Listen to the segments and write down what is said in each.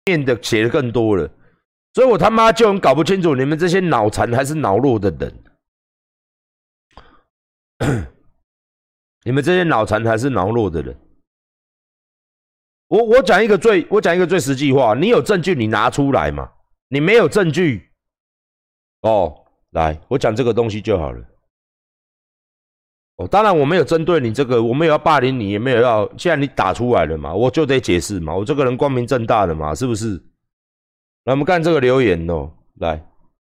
面的写的更多了，所以我他妈就很搞不清楚你们这些脑残还是脑弱的人。你们这些脑残还是脑弱的人。我讲一个最实际话，你有证据你拿出来嘛？你没有证据，哦，来，我讲这个东西就好了。哦，当然我没有针对你这个，我没有要霸凌你，也没有要，既然你打出来了嘛，我就得解释嘛，我这个人光明正大的嘛，是不是？来，我们看这个留言哦，来，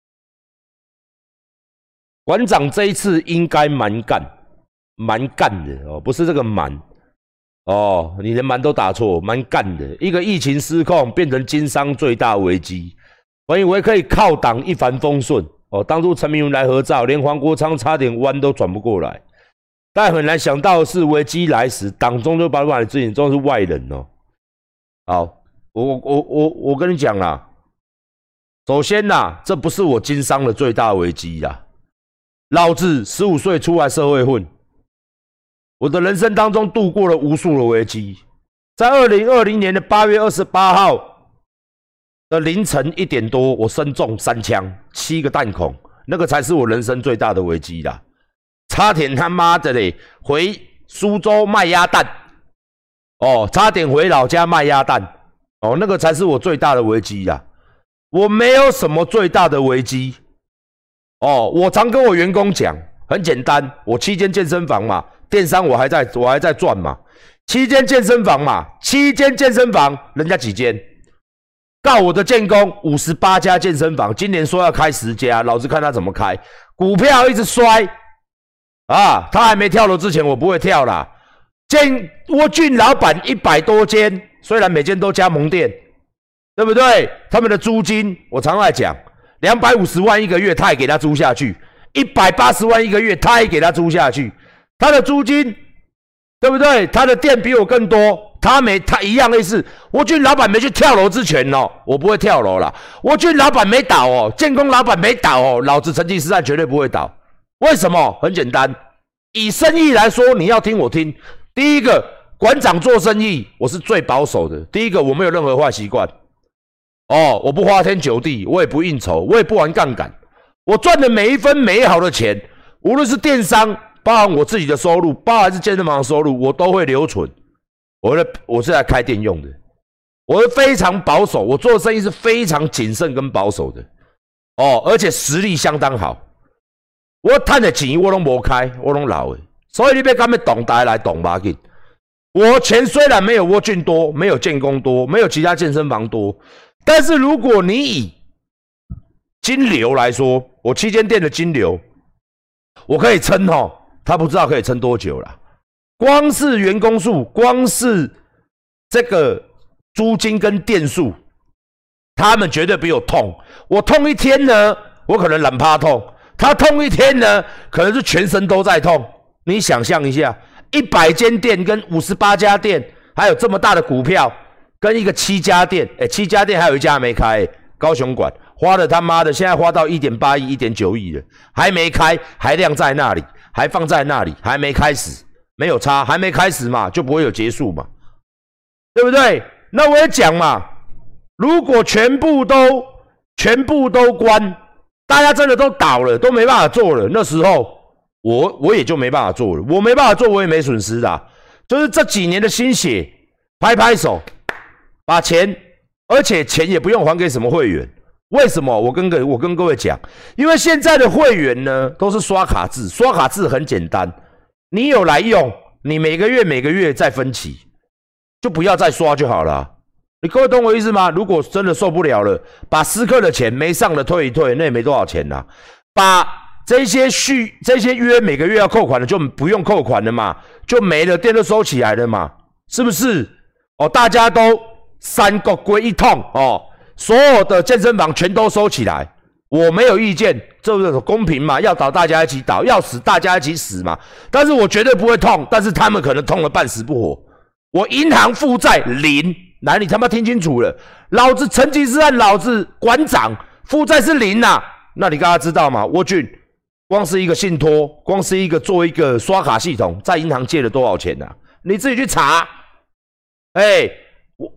馆长这一次应该蛮干的哦，不是这个蛮。哦，你连蛮都打错，蛮干的。一个疫情失控，变成经商最大危机。我以为可以靠党一帆风顺。哦，当初陈明文来合照，连黄国昌差点弯都转不过来。但很难想到的是，危机来时，党中就把你指引中是外人哦。好，我跟你讲啦，首先啦，这不是我经商的最大危机啦。老子15岁出来社会混。我的人生当中度过了无数的危机，在2020年的8月28号的凌晨1点多，我身中3枪，7个弹孔，那个才是我人生最大的危机啦！差点他妈的嘞，回苏州卖鸭蛋，哦，差点回老家卖鸭蛋，哦，那个才是我最大的危机啦！我没有什么最大的危机，哦，我常跟我员工讲，很简单，我7间健身房嘛。电商我还在赚嘛，7间健身房嘛，7间健身房，人家几间？告我的建工58家健身房，今年说要开10家，老子看他怎么开。股票一直摔啊，他还没跳楼之前，我不会跳啦。沃俊老板100多间，虽然每间都加盟店，对不对？他们的租金我常来讲，250万一个月，他也给他租下去；180万一个月，他也给他租下去。他的租金，对不对？他的店比我更多，他一样类似。沃俊老板没去跳楼之前哦，我不会跳楼啦。沃俊老板没倒哦，建工老板没倒哦，老子成吉思汗绝对不会倒。为什么？很简单，以生意来说，你要听我听。第一个，馆长做生意，我是最保守的。第一个，我没有任何坏习惯。哦，我不花天酒地，我也不应酬，我也不玩杠杆。我赚的每一分每一毫的钱，无论是电商。包含我自己的收入，包含是健身房的收入，我都会留存。我是来开店用的，我是非常保守，我做的生意是非常谨慎跟保守的。哦，而且实力相当好。我赚的钱我都没开，我都老的，所以你别干咩懂大家来懂吧？我钱虽然没有沃俊多，没有建工多，没有其他健身房多，但是如果你以金流来说，我7间店的金流，我可以撑哦。他不知道可以撑多久啦，光是员工数，光是这个租金跟店数，他们绝对比我痛。我痛一天呢，我可能懒趴痛；他痛一天呢，可能是全身都在痛。你想象一下，100间店跟58家店，还有这么大的股票，跟一个7家店，7家店还有1家没开，高雄馆花了他妈的，现在花到1.8亿、1.9亿了，还没开，还晾在那里。还放在那里，还没开始，没有差，还没开始嘛，就不会有结束嘛，对不对？那我也讲嘛，如果全部都关，大家真的都倒了，都没办法做了，那时候我也就没办法做了，我没办法做，我也没损失的，就是这几年的心血，拍拍手，把钱，而且钱也不用还给什么会员。为什么？我跟各位讲，因为现在的会员呢都是刷卡制，刷卡制很简单，你有来用，你每个月再分期，就不要再刷就好了。你各位懂我意思吗？如果真的受不了了，把私客的钱没上的退一退，那也没多少钱啦。把这些约每个月要扣款的就不用扣款了嘛，就没了，店都收起来了嘛，是不是？哦，大家都三个归一统哦。所有的健身房全都收起来，我没有意见，这是公平嘛？要倒大家一起倒，要死大家一起死嘛。但是我绝对不会痛，但是他们可能痛了半死不活。我银行负债0，来，你他妈听清楚了，老子成吉思汗，老子馆长负债是0啊。那你大家知道吗？沃俊光是一个信托，光是一个做一个刷卡系统，在银行借了多少钱啊？你自己去查。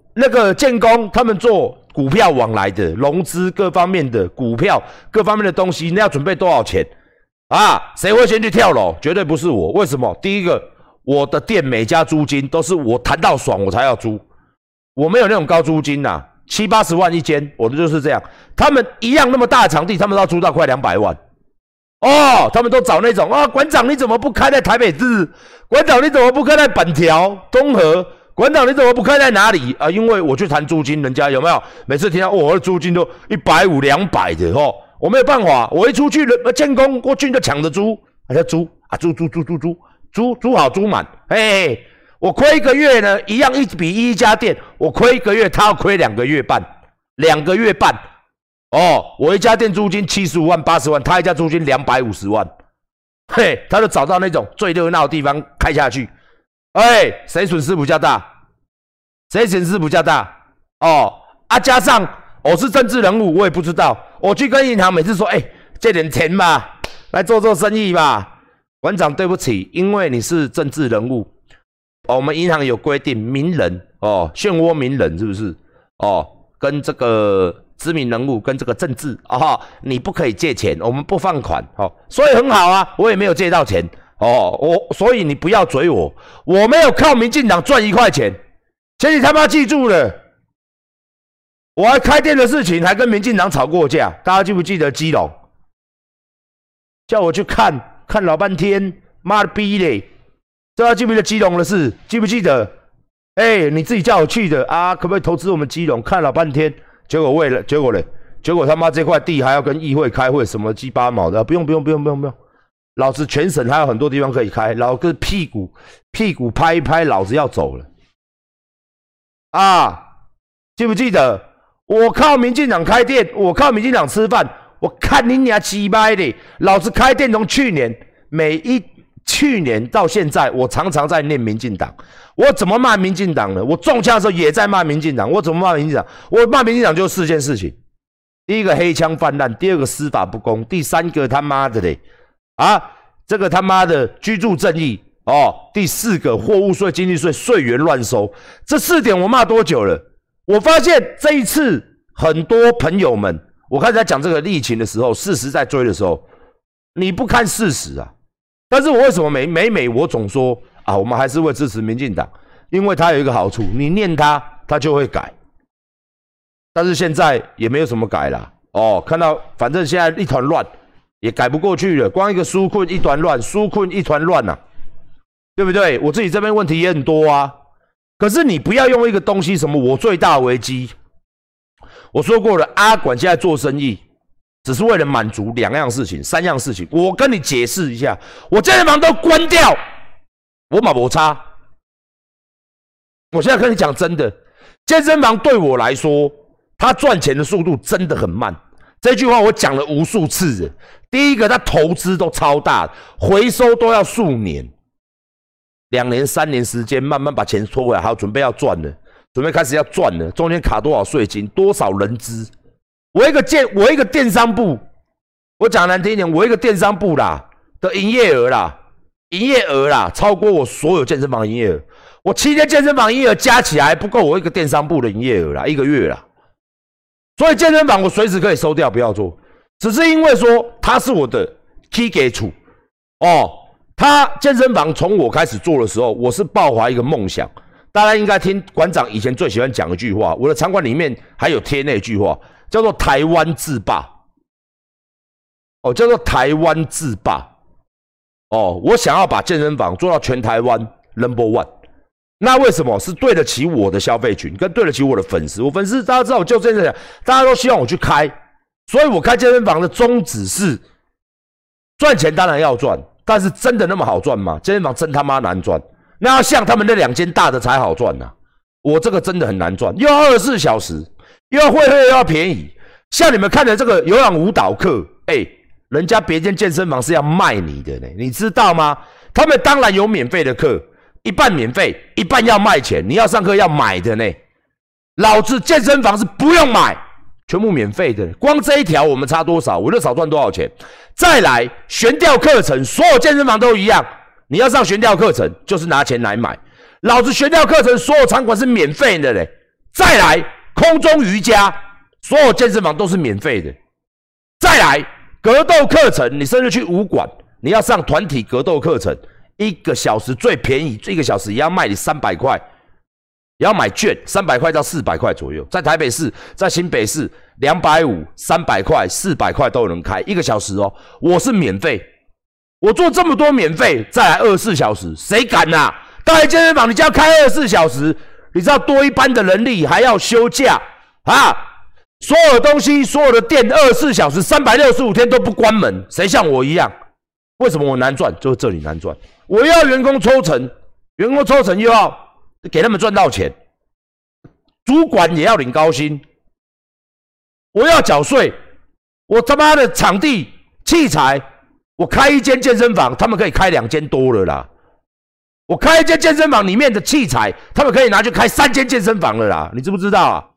那个建工他们做股票往来的融资各方面的股票各方面的东西，那要准备多少钱啊？谁会先去跳楼？绝对不是我。为什么？第一个，我的店每家租金都是我谈到爽我才要租，我没有那种高租金呐，70、80万一间，我的就是这样。他们一样那么大的场地，他们都要租到快200万。哦，他们都找那种啊，馆长你怎么不开在台北市？馆长你怎么不开在板桥、东河？馆长你怎么不开在哪里啊？因为我去谈租金，人家有没有？每次听到我的租金都150、200的哦，我没有办法，我一出去建工过去就抢着租，还在租啊，租好租满，嘿，我亏一个月呢，一样1比1一家店，我亏一个月，他要亏2个月半，2个月半。哦，我一家店租金75万、80万，他一家租金250万，嘿，他就找到那种最热闹的地方开下去，哎，谁损失比较大？谁损失比较大？哦，啊，加上我是政治人物，我也不知道，我去跟银行每次说，借点钱吧，来做生意吧。馆长，对不起，因为你是政治人物，我们银行有规定，名人哦，漩涡鸣人是不是？哦，跟这个知名人物跟这个政治啊、你不可以借钱，我们不放款哦，所以很好啊，我也没有借到钱哦，所以你不要嘴我，我没有靠民进党赚1块钱，请你他妈记住了，我还开店的事情还跟民进党吵过架，大家记不记得基隆？叫我去看老半天，妈的逼嘞！大家记不记得基隆的事？记不记得？你自己叫我去的啊，可不可以投资我们基隆？看老半天。结果他妈这块地还要跟议会开会，什么鸡巴毛的，不用，老子全省还有很多地方可以开，老子屁股拍一拍，老子要走了啊！记不记得？我靠民进党开店，我靠民进党吃饭，我看你娘鸡掰的！老子开店从去年到现在，我常常在念民进党。我怎么骂民进党呢？我中枪的时候也在骂民进党。我怎么骂民进党？我骂民进党就4件事情：第一个黑枪泛滥，第二个司法不公，第三个他妈的嘞这个他妈的居住正义哦，第4个货物税、经济税税源乱收。这4点我骂多久了？我发现这一次很多朋友们，我开始在讲这个疫情的时候，事实在追的时候，你不看事实啊。但是我为什么每我总说啊，我们还是会支持民进党，因为它有一个好处，你念它就会改。但是现在也没有什么改啦，哦，看到反正现在一团乱，也改不过去了，光一个纾困一团乱啊，对不对？我自己这边问题也很多啊，可是你不要用一个东西什么我最大危机，我说过了，阿管现在做生意。只是为了满足2样事情、3样事情，我跟你解释一下，我健身房都关掉，我嘛没差。我现在跟你讲真的，健身房对我来说，它赚钱的速度真的很慢。这句话我讲了无数次了。第一个，它投资都超大，回收都要数年，2年、3年时间慢慢把钱拖回来，还有准备要赚了，准备开始要赚了，中间卡多少税金，多少人资。我一个电商部，我讲难听一点，我一个电商部啦的营业额啦，超过我所有健身房营业额。我7天健身房营业额加起来不够我一个电商部的营业额啦，1个月啦。所以健身房我随时可以收掉，不要做。只是因为说它是我的 key 给处哦，他健身房从我开始做的时候，我是抱怀一个梦想。大家应该听馆长以前最喜欢讲一句话，我的场馆里面还有贴那句话。叫做台湾制霸，叫做台湾制霸，我想要把健身房做到全台湾 No.1， 那为什么？是对得起我的消费群，跟对得起我的粉丝。我粉丝大家知道，我就这样讲，大家都希望我去开，所以我开健身房的宗旨是赚钱，当然要赚，但是真的那么好赚吗？健身房真他妈难赚，那要像他们那2间大的才好赚啊！我这个真的很难赚，又要24小时。又要会又要便宜，像你们看的这个有氧舞蹈课，人家别间健身房是要卖你的呢，你知道吗？他们当然有免费的课，一半免费，一半要卖钱，你要上课要买的呢。老子健身房是不用买，全部免费的，光这一条我们差多少，我就少赚多少钱。再来悬吊课程，所有健身房都一样，你要上悬吊课程就是拿钱来买，老子悬吊课程所有场馆是免费的嘞。 再来空中瑜伽，所有健身房都是免费的。再来格斗课程，你甚至去武馆，你要上团体格斗课程，1个小时最便宜，1个小时也要卖你300块，也要买券，300块到400块左右。在台北市，在新北市250、300块、400块都能开1个小时哦。我是免费，我做这么多免费，再来24小时，谁敢啊？大来健身房，你就要开24小时，你知道多一班的人力还要休假啊？所有的东西，所有的店24小时365天都不关门，谁像我一样？为什么我难赚？就是这里难赚。我又要员工抽成，员工抽成又要给他们赚到钱，主管也要领高薪，我要缴税，我他妈的场地器材，我开1间健身房，他们可以开2间多了啦。我开1间健身房里面的器材，他们可以拿去开3间健身房了啦，你知不知道啊？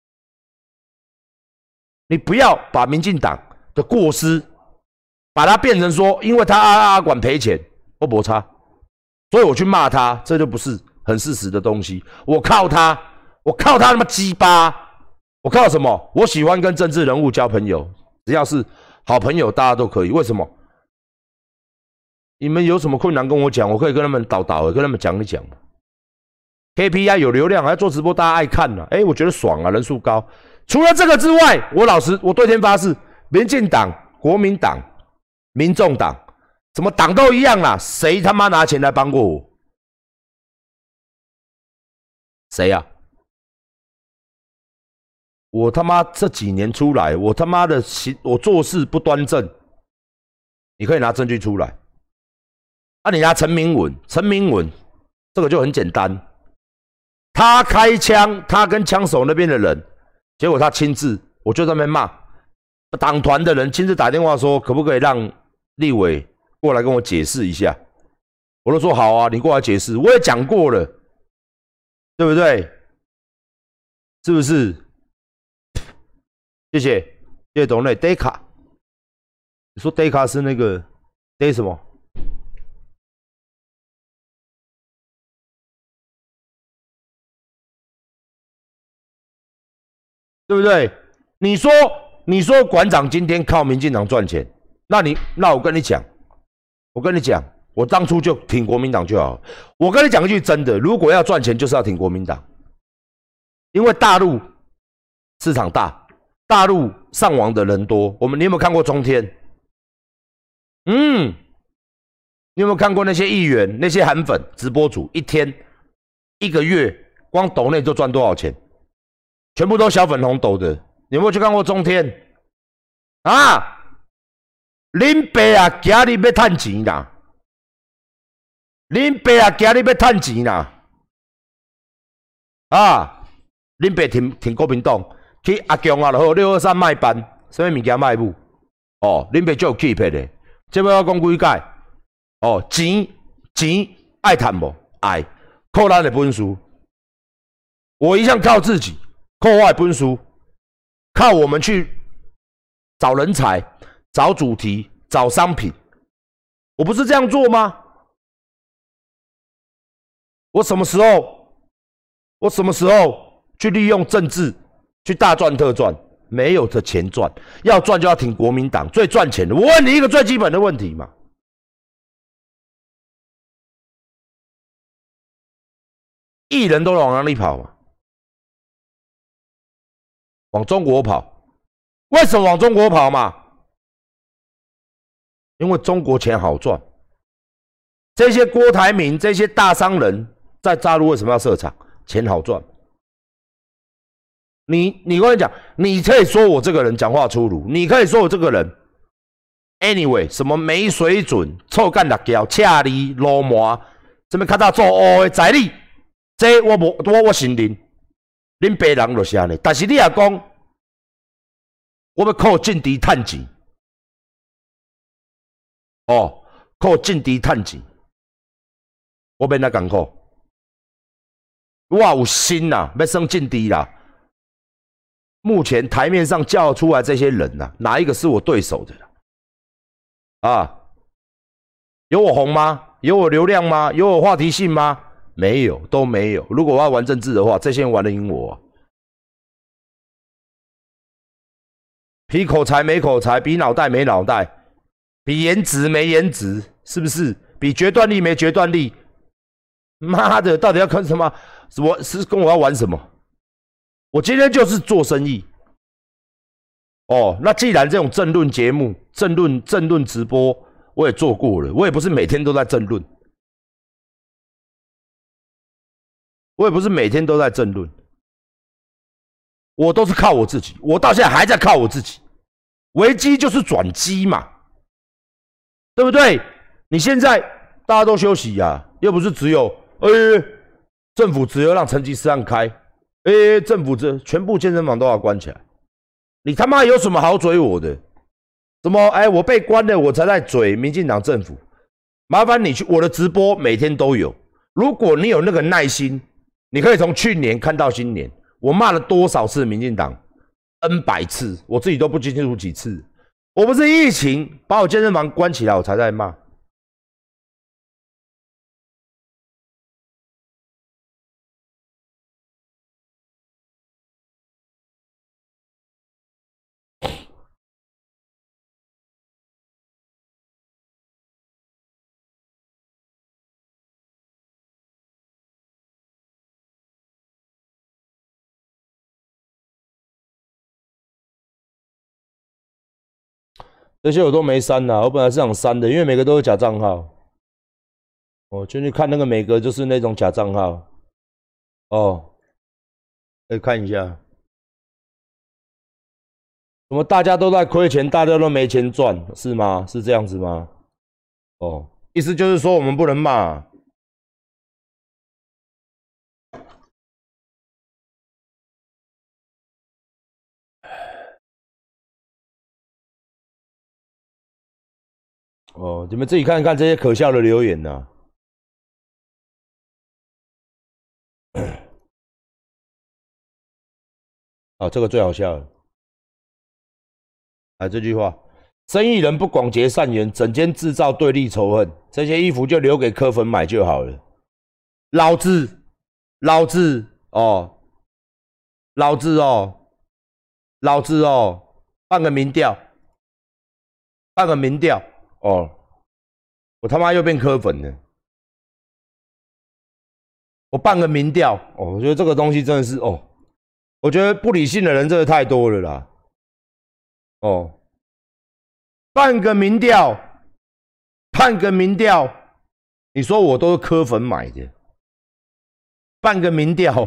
你不要把民进党的过失，把它变成说，因为他阿管赔钱，我没差，所以我去骂他，这就不是很事实的东西。我靠他他妈鸡巴，我靠什么？我喜欢跟政治人物交朋友，只要是好朋友，大家都可以。为什么？你们有什么困难跟我讲，我可以跟他们导跟他们讲一讲。KPI 有流量，还要做直播，大家爱看啊，我觉得爽啊，人数高。除了这个之外，我对天发誓，民进党、国民党、民众党，什么党都一样啦，谁他妈拿钱来帮过我？谁呀？我他妈这几年出来，我他妈的我做事不端正，你可以拿证据出来。你拿陈明文这个就很简单，他开枪，他跟枪手那边的人。结果他亲自，我就在那边骂党团的人，亲自打电话说，可不可以让立委过来跟我解释一下？我都说好啊，你过来解释。我也讲过了，对不对？是不是？谢谢，谢谢董内 Dayca， 你说 Dayca 是那个 Day 什么？对不对？你说馆长今天靠民进党赚钱，那我跟你讲，我当初就挺国民党就好了。我跟你讲一句真的，如果要赚钱，就是要挺国民党，因为大陆市场大，大陆上网的人多。你有没有看过中天？你有没有看过那些议员、那些韩粉直播主，一天、1个月，光抖内就赚多少钱？全部都小粉红抖的，你有没有去看过中天？啊，恁爸啊，今日要赚钱啦！恁爸啊，今日要赚钱啦！啊，恁爸挺国民党，去阿强啊，就好623卖班，什么物件卖不？哦，恁爸就有气魄的，这要我讲几解？哦，钱爱赚无？爱，靠咱的本事。我一向靠自己。靠我的本事，靠我们去找人才、找主题、找商品，我不是这样做吗？我什么时候去利用政治去大赚特赚？没有的钱赚，要赚就要挺国民党最赚钱的。我问你一个最基本的问题嘛，艺人都往哪里跑嘛？往中国跑，为什么往中国跑嘛？因为中国钱好赚。这些郭台铭、这些大商人在大陆为什么要设厂？钱好赚。你跟我讲，你可以说我这个人讲话粗鲁，你可以说我这个人 ，anyway 什么没水准、臭干辣椒、恰里罗麻，什么较早做乌的财力，这我承认。恁爸人就是安尼，但是你也讲，我要靠政治趁钱，靠政治趁钱，我免那艰苦，我有心啦，要升政治啦。目前台面上叫出来这些人呐，哪一个是我对手的啦？有我红吗？有我流量吗？有我话题性吗？没有，都没有。如果我要玩政治的话，这些人玩得赢我比口才没口才，比脑袋没脑袋，比颜值没颜值，是不是？比决断力没决断力？妈的，到底要看什么？我是跟我要玩什么？我今天就是做生意。哦，那既然这种政论节目、政论直播我也做过了，我也不是每天都在政论，我也不是每天都在政论，我都是靠我自己，我到现在还在靠我自己。危机就是转机嘛，对不对？你现在大家都休息呀，又不是只有政府只有让成吉思汗开，政府全部健身房都要关起来。你他妈有什么好嘴我的？什么？我被关了，我才在嘴民进党政府。麻烦你去我的直播，每天都有。如果你有那个耐心，你可以从去年看到今年，我骂了多少次民进党 ，N 百次，我自己都不清楚几次。我不是疫情把我健身房关起来，我才在骂。这些我都没删啦，我本来是想删的，因为每个都是假账号。哦，就去看那个每个就是那种假账号。哦，可以看一下。怎么大家都在亏钱，大家都没钱赚，是吗？是这样子吗？哦，意思就是说我们不能骂。哦，你们自己看看这些可笑的留言呐、啊。这个最好笑了。这句话，生意人不广结善缘，整天制造对立仇恨，这些衣服就留给柯粉买就好了。老子哦，老子哦，办个民调哦，我他妈又变柯粉了。我办个民调哦，我觉得这个东西真的是哦，我觉得不理性的人真的太多了啦。哦，办个民调，你说我都是柯粉买的，办个民调。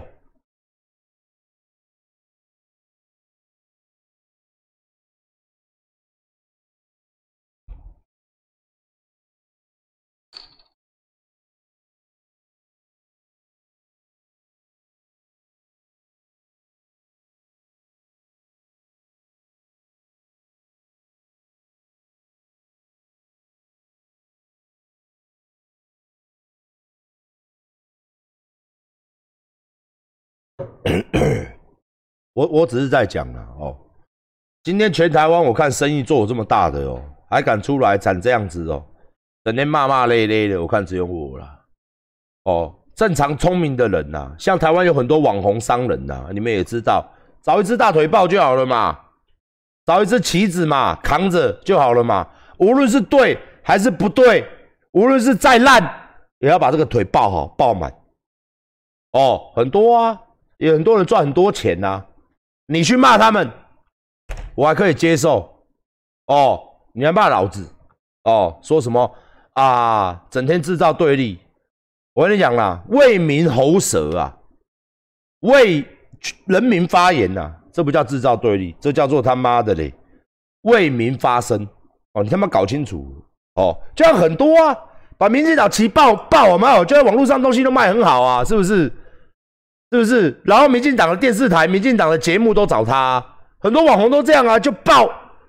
我只是在讲啦哦，今天全台湾我看生意做这么大的哦，还敢出来长这样子哦，整天骂咧咧的，我看只有我啦。哦，正常聪明的人呐，像台湾有很多网红商人呐，你们也知道，找一只大腿抱就好了嘛，找一只旗子嘛，扛着就好了嘛。无论是对还是不对，无论是再烂，也要把这个腿抱好抱满。哦，很多啊，也很多人赚很多钱呐。你去骂他们，我还可以接受。哦，你还骂老子，哦，说什么啊？整天制造对立。我跟你讲啦，为民喉舌啊，为人民发言呐、啊，这不叫制造对立，这叫做他妈的嘞，为民发声。哦，你他妈搞清楚哦，这样很多啊，把民进党旗爆好没有？就在网络上东西都卖很好啊，是不是？是不是？然后民进党的电视台、民进党的节目都找他、啊，很多网红都这样啊，就爆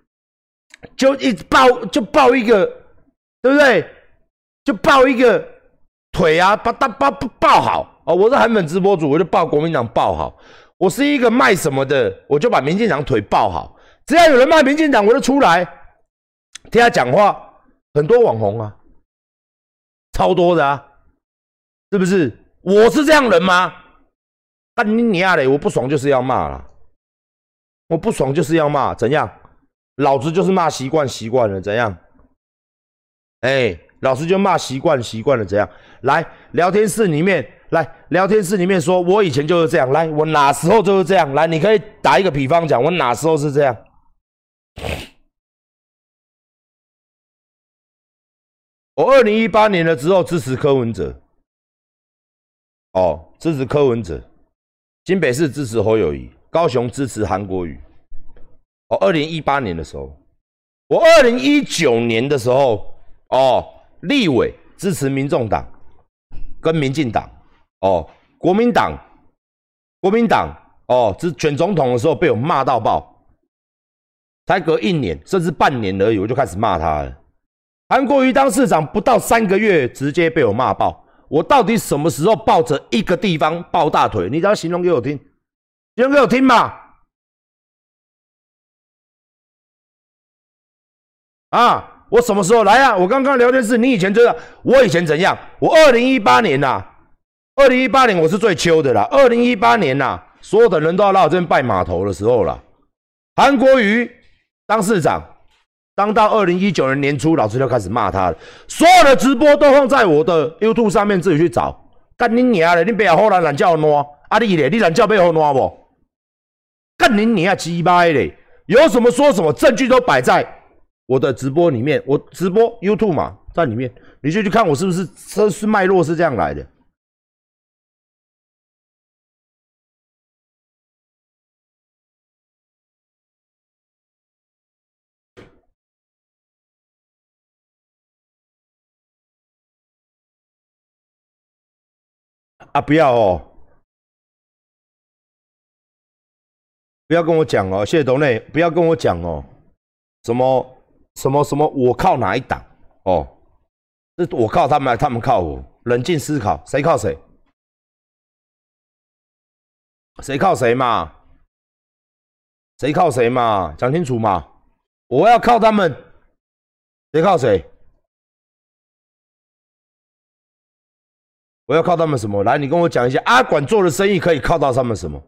一个，对不对？就爆一个腿啊，爆好哦！我是韩粉直播主，我就爆国民党爆好。我是一个卖什么的，我就把民进党腿爆好。只要有人骂民进党，我就出来听他讲话。很多网红啊，超多的啊，是不是？我是这样人吗？干你娘嘞！我不爽就是要骂啦，我不爽就是要骂，怎样？ 老子就是骂习惯了，怎样？哎，老子就骂习惯了，怎样？来聊天室里面，说，我以前就是这样。来，我哪时候就是这样？来，你可以打一个比方讲，我哪时候是这样？我2018年的时候支持柯文哲，哦，支持柯文哲，新北市支持侯友宜，高雄支持韩国瑜。哦，2018年的时候，我2019年的时候，哦，立委支持民众党跟民进党，哦，国民党，哦，选总统的时候被我骂到爆，才隔1年甚至半年而已，我就开始骂他了。韩国瑜当市长不到3个月，直接被我骂爆。我到底什么时候抱着一个地方抱大腿？你只要形容给我听，形容给我听嘛！啊，我什么时候来啊？我刚刚聊天室，你以前这样，我以前怎样？我2018年呐，2018年我是最秋的啦。2018年呐，所有的人都要来我这边拜码头的时候啦。韩国瑜当市长。当到2019年年初，老子就开始骂他了。所有的直播都放在我的 YouTube 上面，自己去找。干你娘的！你不要后来懒觉挪啊你嘞，你懒觉背后挪不？干你娘鸡掰嘞！有什么说什么，证据都摆在我的直播里面。我直播 YouTube 嘛，在里面，你就去看我是不是脉络是这样来的。啊，不要哦，不要跟我讲哦，谢谢董内，不要跟我讲哦，什么，我靠哪一党哦？是我靠他们，还是他们靠我？冷静思考，谁靠谁？谁靠谁嘛？谁靠谁嘛？讲清楚嘛！我要靠他们，谁靠谁？我要靠他们什么？来，你跟我讲一下，阿管做的生意可以靠到他们什么？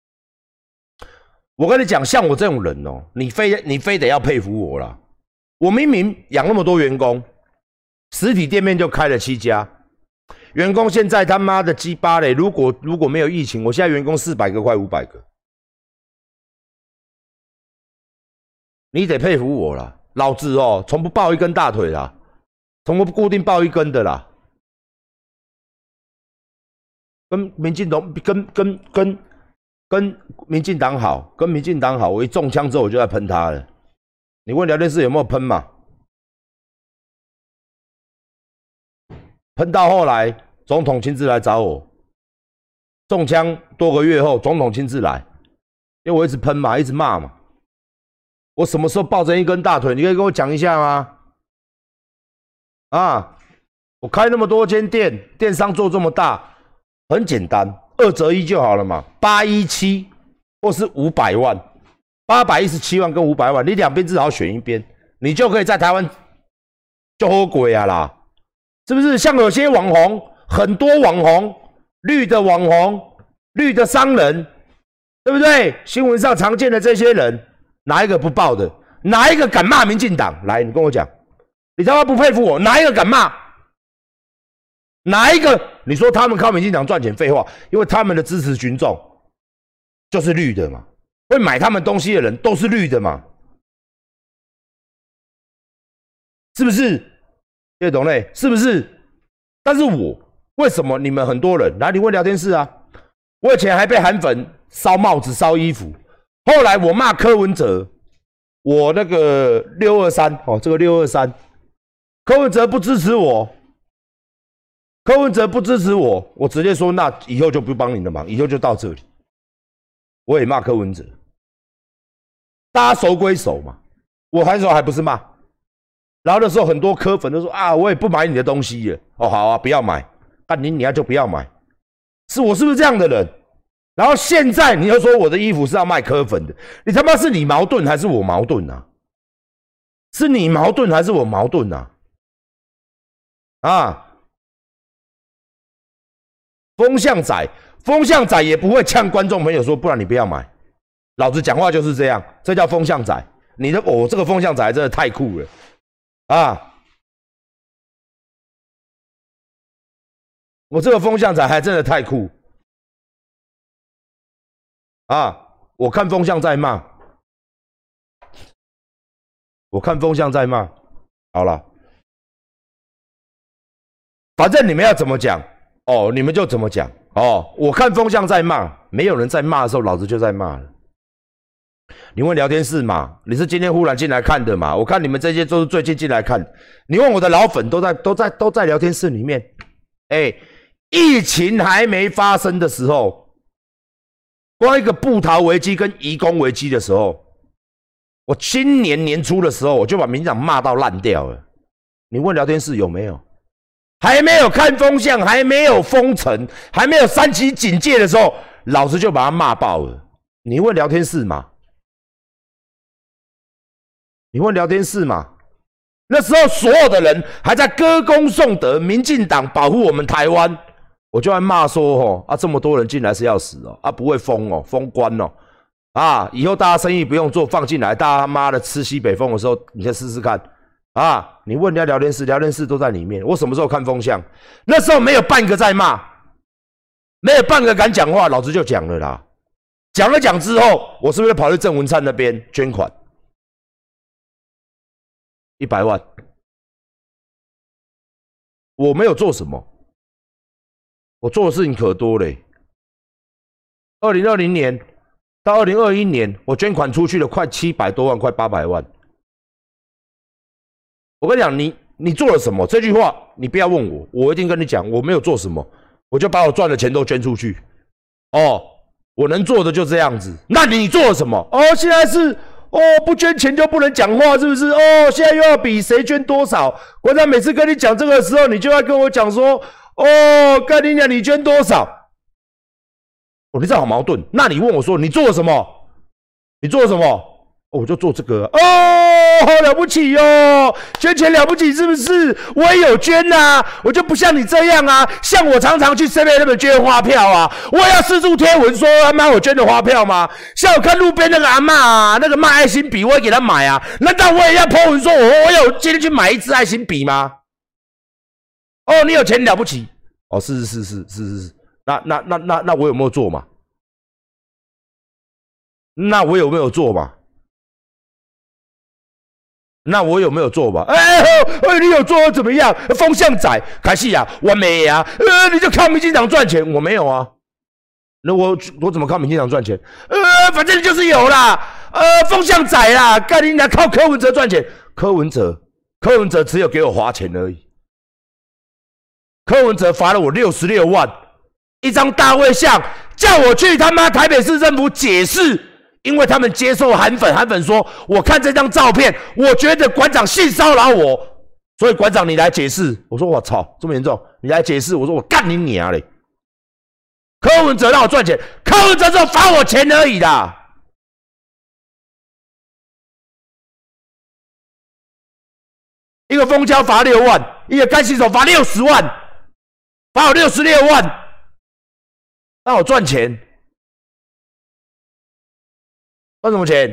我跟你讲，像我这种人哦，你非得要佩服我啦。我明明养那么多员工，实体店面就开了7家，员工现在他妈的鸡巴嘞！如果没有疫情，我现在员工400个快500个，你得佩服我啦。老子哦，从不抱一根大腿啦，从不固定抱一根的啦。跟民进党跟民进党好，跟民进党好，我一中枪之后我就在喷他了。你问聊天室有没有喷嘛？喷到后来，总统亲自来找我，中枪多个月后，总统亲自来，因为我一直喷嘛，一直骂嘛。我什么时候抱着一根大腿？你可以跟我讲一下吗？啊，我开那么多间店，电商做这么大。很简单，2折1就好了嘛，817或是500万，817万跟500万，你两边至少选一边，你就可以在台湾就好鬼啊啦，是不是？像有些网红，很多网红，绿的网红，绿的商人，对不对？新闻上常见的这些人，哪一个不报的？哪一个敢骂民进党？来，你跟我讲，你他妈不佩服我？哪一个敢骂？哪一个？你说他们靠民进党赚钱？废话，因为他们的支持群众就是绿的嘛，会买他们东西的人都是绿的嘛，是不是？叶董嘞，是不是？但是我为什么你们很多人来你问聊天室啊？我以前还被韩粉烧帽子、烧衣服，后来我骂柯文哲，我那个623哦，这个623，柯文哲不支持我。柯文哲不支持我，我直接说，那以后就不帮你的忙，以后就到这里。我也骂柯文哲，大家熟归熟嘛，我那时候还不是骂。然后那时候很多柯粉都说啊，我也不买你的东西了。哦，好啊，不要买，但你就不要买。我是不是这样的人？然后现在你又说我的衣服是要卖柯粉的，你他妈是你矛盾还是我矛盾啊？是你矛盾还是我矛盾啊？啊！风向仔也不会呛观众朋友说，不然你不要买。老子讲话就是这样，这叫风向仔。 我这个风向仔真的太酷了啊！我这个风向仔还真的太酷啊！我看风向在骂，好了，反正你们要怎么讲哦，你们就怎么讲哦。我看风向在骂，没有人在骂的时候，老子就在骂了。你问聊天室嘛？你是今天忽然进来看的嘛？我看你们这些都是最近进来看。你问我的老粉都在聊天室里面。疫情还没发生的时候，光一个布桃危机跟移工危机的时候，我今年年初的时候，我就把民进党骂到烂掉了。你问聊天室有没有？还没有看风向，还没有封城，还没有3级警戒的时候，老子就把他骂爆了。你问聊天室嘛？那时候所有的人还在歌功颂德，民进党保护我们台湾，我就在骂说这么多人进来是要死哦，不会封哦，封关哦，以后大家生意不用做，放进来，大家他妈的吃西北风的时候，你再试试看你问人家聊天室，聊天室都在里面。我什么时候看风向？那时候没有半个在骂，没有半个敢讲话，老子就讲了啦。讲了讲之后，我是不是跑去郑文灿那边捐款100万？我没有做什么，我做的事情可多嘞。2020年到2021年，我捐款出去了快700多万，快800万。我跟你讲，你做了什么？这句话你不要问我，我一定跟你讲，我没有做什么，我就把我赚的钱都捐出去。我能做的就这样子。那你做了什么？现在是不捐钱就不能讲话，是不是？现在又要比谁捐多少？馆长每次跟你讲这个的时候，你就要跟我讲说，干你娘，你捐多少？你这好矛盾。那你问我说，你做了什么？我就做这个。好了不起哦，捐钱了不起是不是？我也有捐我就不像你这样像我常常去 7-Eleven 捐花票我要四处贴文说他妈我捐的花票吗？像我看路边那个阿嬷那个卖爱心笔，我也给他买难道我也要 po 文说我有今天去买一支爱心笔吗？你有钱了不起？是，那我有没有做嘛？那我有没有做嘛？你有做怎么样？风向仔开始我没你就靠民进党赚钱，我没有那我怎么靠民进党赚钱？反正就是有啦，风向仔啦，干你娘靠柯文哲赚钱，柯文哲只有给我花钱而已，柯文哲罚了我66万，一张大卫像，叫我去他妈台北市政府解释。因为他们接受韩粉说，我看这张照片，我觉得馆长性骚扰我，所以馆长你来解释。我说我操，这么严重，你来解释。我说我干你娘嘞！柯文哲让我赚钱，柯文哲只有罚我钱而已啦。一个蜂胶罚6万，一个干洗手罚60万，罚我66万，让我赚钱。赚什么钱？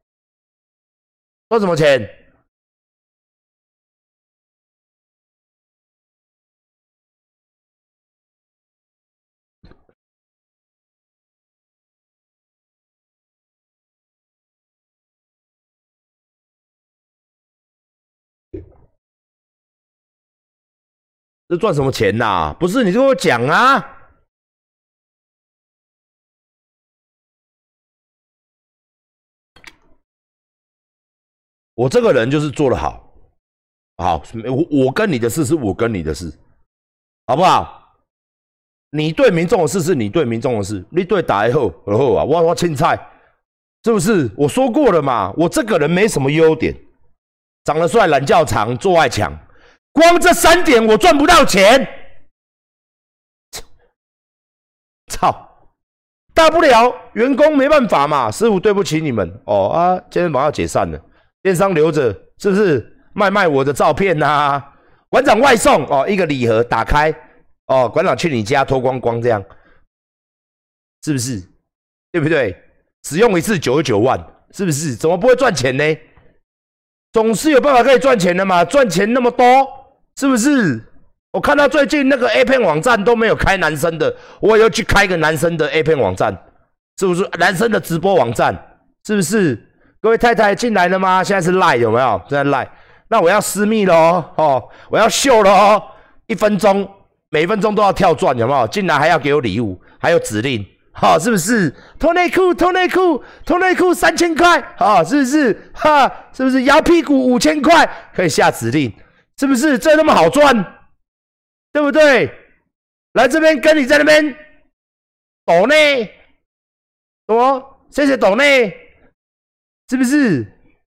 这赚什么钱不是你跟我讲我这个人就是做得好，我跟你的事是我跟你的事，好不好？你对民众的事是你对民众的事，你对打后我青菜，是不是？我说过了嘛，我这个人没什么优点，长得帅、懒觉长、做爱强，光这3点我赚不到钱，操！大不了员工没办法嘛，师傅对不起你们今天马上要解散了。电商留着，是不是卖我的照片馆长外送一个礼盒打开馆长去你家脱光光这样，是不是？对不对？使用一次99万，是不是？怎么不会赚钱呢？ 总是有办法可以赚钱的嘛，赚钱那么多，是不是？我看到最近那个 A 片网站都没有开男生的，我也要去开一个男生的 A 片网站，是不是？男生的直播网站，是不是？各位太太进来了吗？现在是 Line 有没有？现在 Line， 那我要私密咯，哦，我要秀咯，1分钟，每1分钟都要跳转，有没有？进来还要给我礼物，还有指令，好、是不是？脱内裤3000块，好、是不是？哈，是不是？摇屁股5000块，可以下指令，是不是？这那么好赚？对不对？来这边跟你在那边抖内，什么？谢谢抖内，是不是？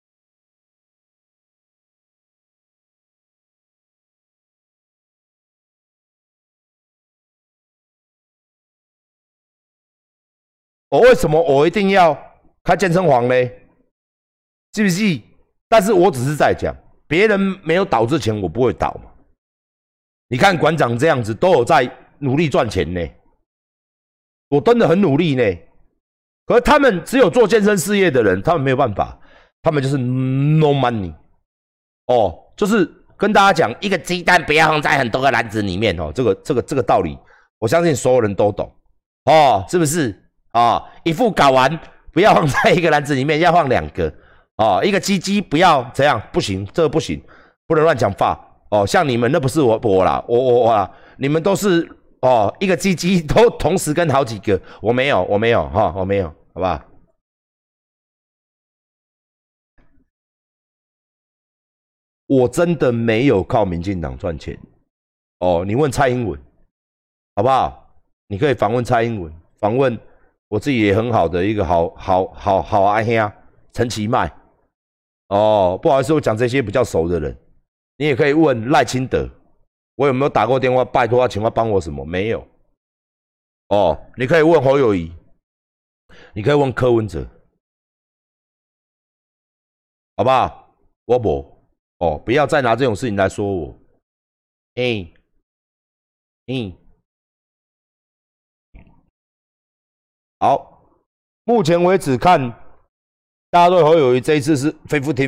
为什么我一定要开健身房呢？是不是？但是我只是在讲，别人没有倒之前，我不会倒嘛。你看馆长这样子都有在努力赚钱呢，我真的很努力呢。可是他们只有做健身事业的人，他们没有办法，他们就是 no money。就是跟大家讲，一个鸡蛋不要放在很多个篮子里面这个道理，我相信所有人都懂是不是？一副睾丸不要放在一个篮子里面，要放2个一个鸡鸡不要怎样，不行，这个不行，不能乱讲话。像你们那不是我啦，我啦，你们都是一个鸡鸡都同时跟好几个，我没有我没有，好不好？我真的没有靠民进党赚钱你问蔡英文好不好？你可以访问蔡英文，访问我自己也很好的一个好阿兄陈其迈不好意思，我讲这些比较熟的人。你也可以问赖清德，我有没有打过电话拜托他请他帮我什么？没有。你可以问侯友宜，你可以问柯文哲，好不好？我不不要再拿这种事情来说我。好，目前为止看，大家对侯友宜这一次是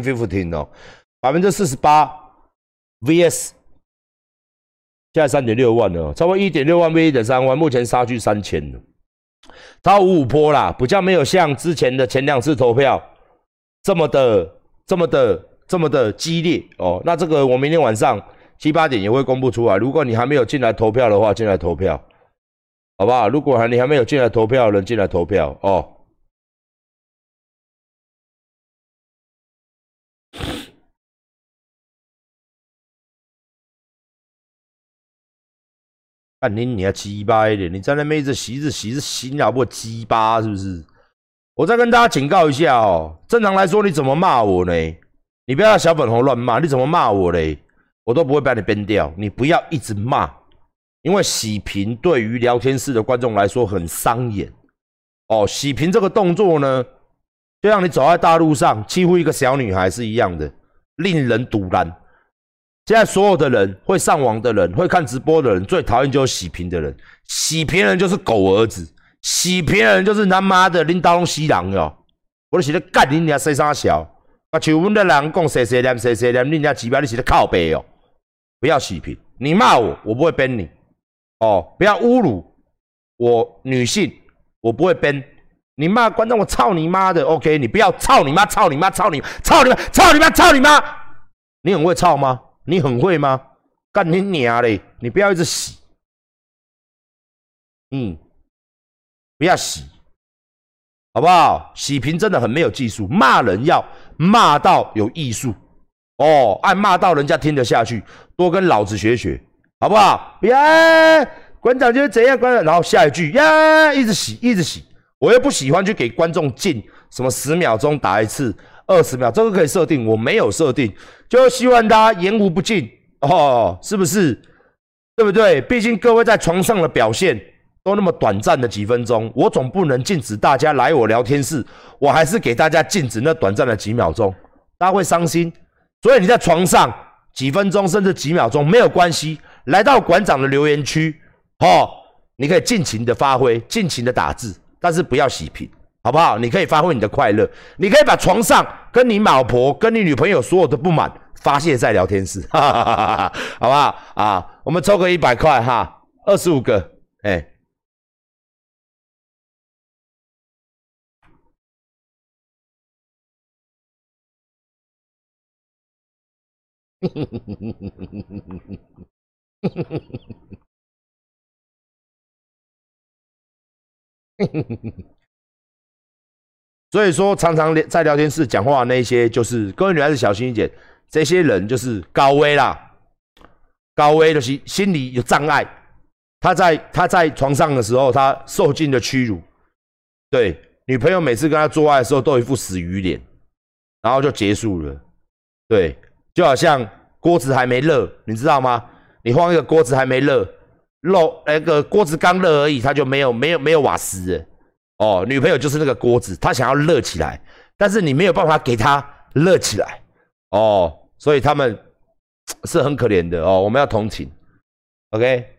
50-5048%。VS 现在3.6万了，差不多1.6万 V 1.3万，目前差距3000了，它55%啦，比较没有像之前的前2次投票这么的激烈那这个我明天晚上7、8点也会公布出来。如果你还没有进来投票的话，进来投票，好不好？如果你还没有进来投票的人，进来投票看你要鸡巴一点，你在那边一直洗是洗老婆鸡巴是不是？我再跟大家警告一下正常来说你怎么骂我呢？你不要小粉红乱骂，你怎么骂我嘞？我都不会把你编掉，你不要一直骂，因为洗屏对于聊天室的观众来说很伤眼洗屏这个动作呢，就像你走在大路上欺负一个小女孩是一样的，令人堵然。现在所有的人会上网的人，会看直播的人，最讨厌就是洗屏的人。洗屏的人就是狗儿子，洗屏的人就是他妈的领导拢死人哟！我就是咧干你娘生啥小，像阮的人讲谁谁念，你娘鸡巴你是咧靠背哦！不要洗屏，你骂我，我不会编你不要侮辱我女性，我不会编。你骂观众，我操你妈的 ！OK， 你不要操你妈，操你妈，操你妈，操你妈，操你妈，操你妈！你很会操吗？你很会吗？干你娘嘞！你不要一直洗，不要洗，好不好？洗屏真的很没有技术，骂人要骂到有艺术按骂到人家听得下去，多跟老子学学，好不好？不要馆长就是怎样，馆长，然后下一句一直洗，一直洗。我又不喜欢去给观众进什么10秒钟打一次。20秒，这个可以设定，我没有设定，就希望大家言无不尽是不是？对不对？毕竟各位在床上的表现都那么短暂的几分钟，我总不能禁止大家来我聊天室，我还是给大家禁止那短暂的几秒钟，大家会伤心。所以你在床上几分钟甚至几秒钟没有关系，来到馆长的留言区你可以尽情的发挥，尽情的打字，但是不要洗屏， 好不好？你可以发挥你的快乐，你可以把床上跟你老婆、跟你女朋友所有的不满发泄在聊天室，哈哈哈哈，好不好？啊，我们抽个100块哈，25个，哎。所以说，常常在聊天室讲话的那些，就是各位女孩子小心一点，这些人就是高危啦，高危就是心理有障碍。他在床上的时候，他受尽了屈辱，对女朋友每次跟他做爱的时候，都有一副死鱼脸，然后就结束了。对，就好像锅子还没热，你知道吗？你放一个锅子还没热，那个锅子刚热而已，它就没有瓦斯了。哦，女朋友就是那个锅子，她想要热起来，但是你没有办法给她热起来。哦，所以他们是很可怜的哦，我们要同情。OK。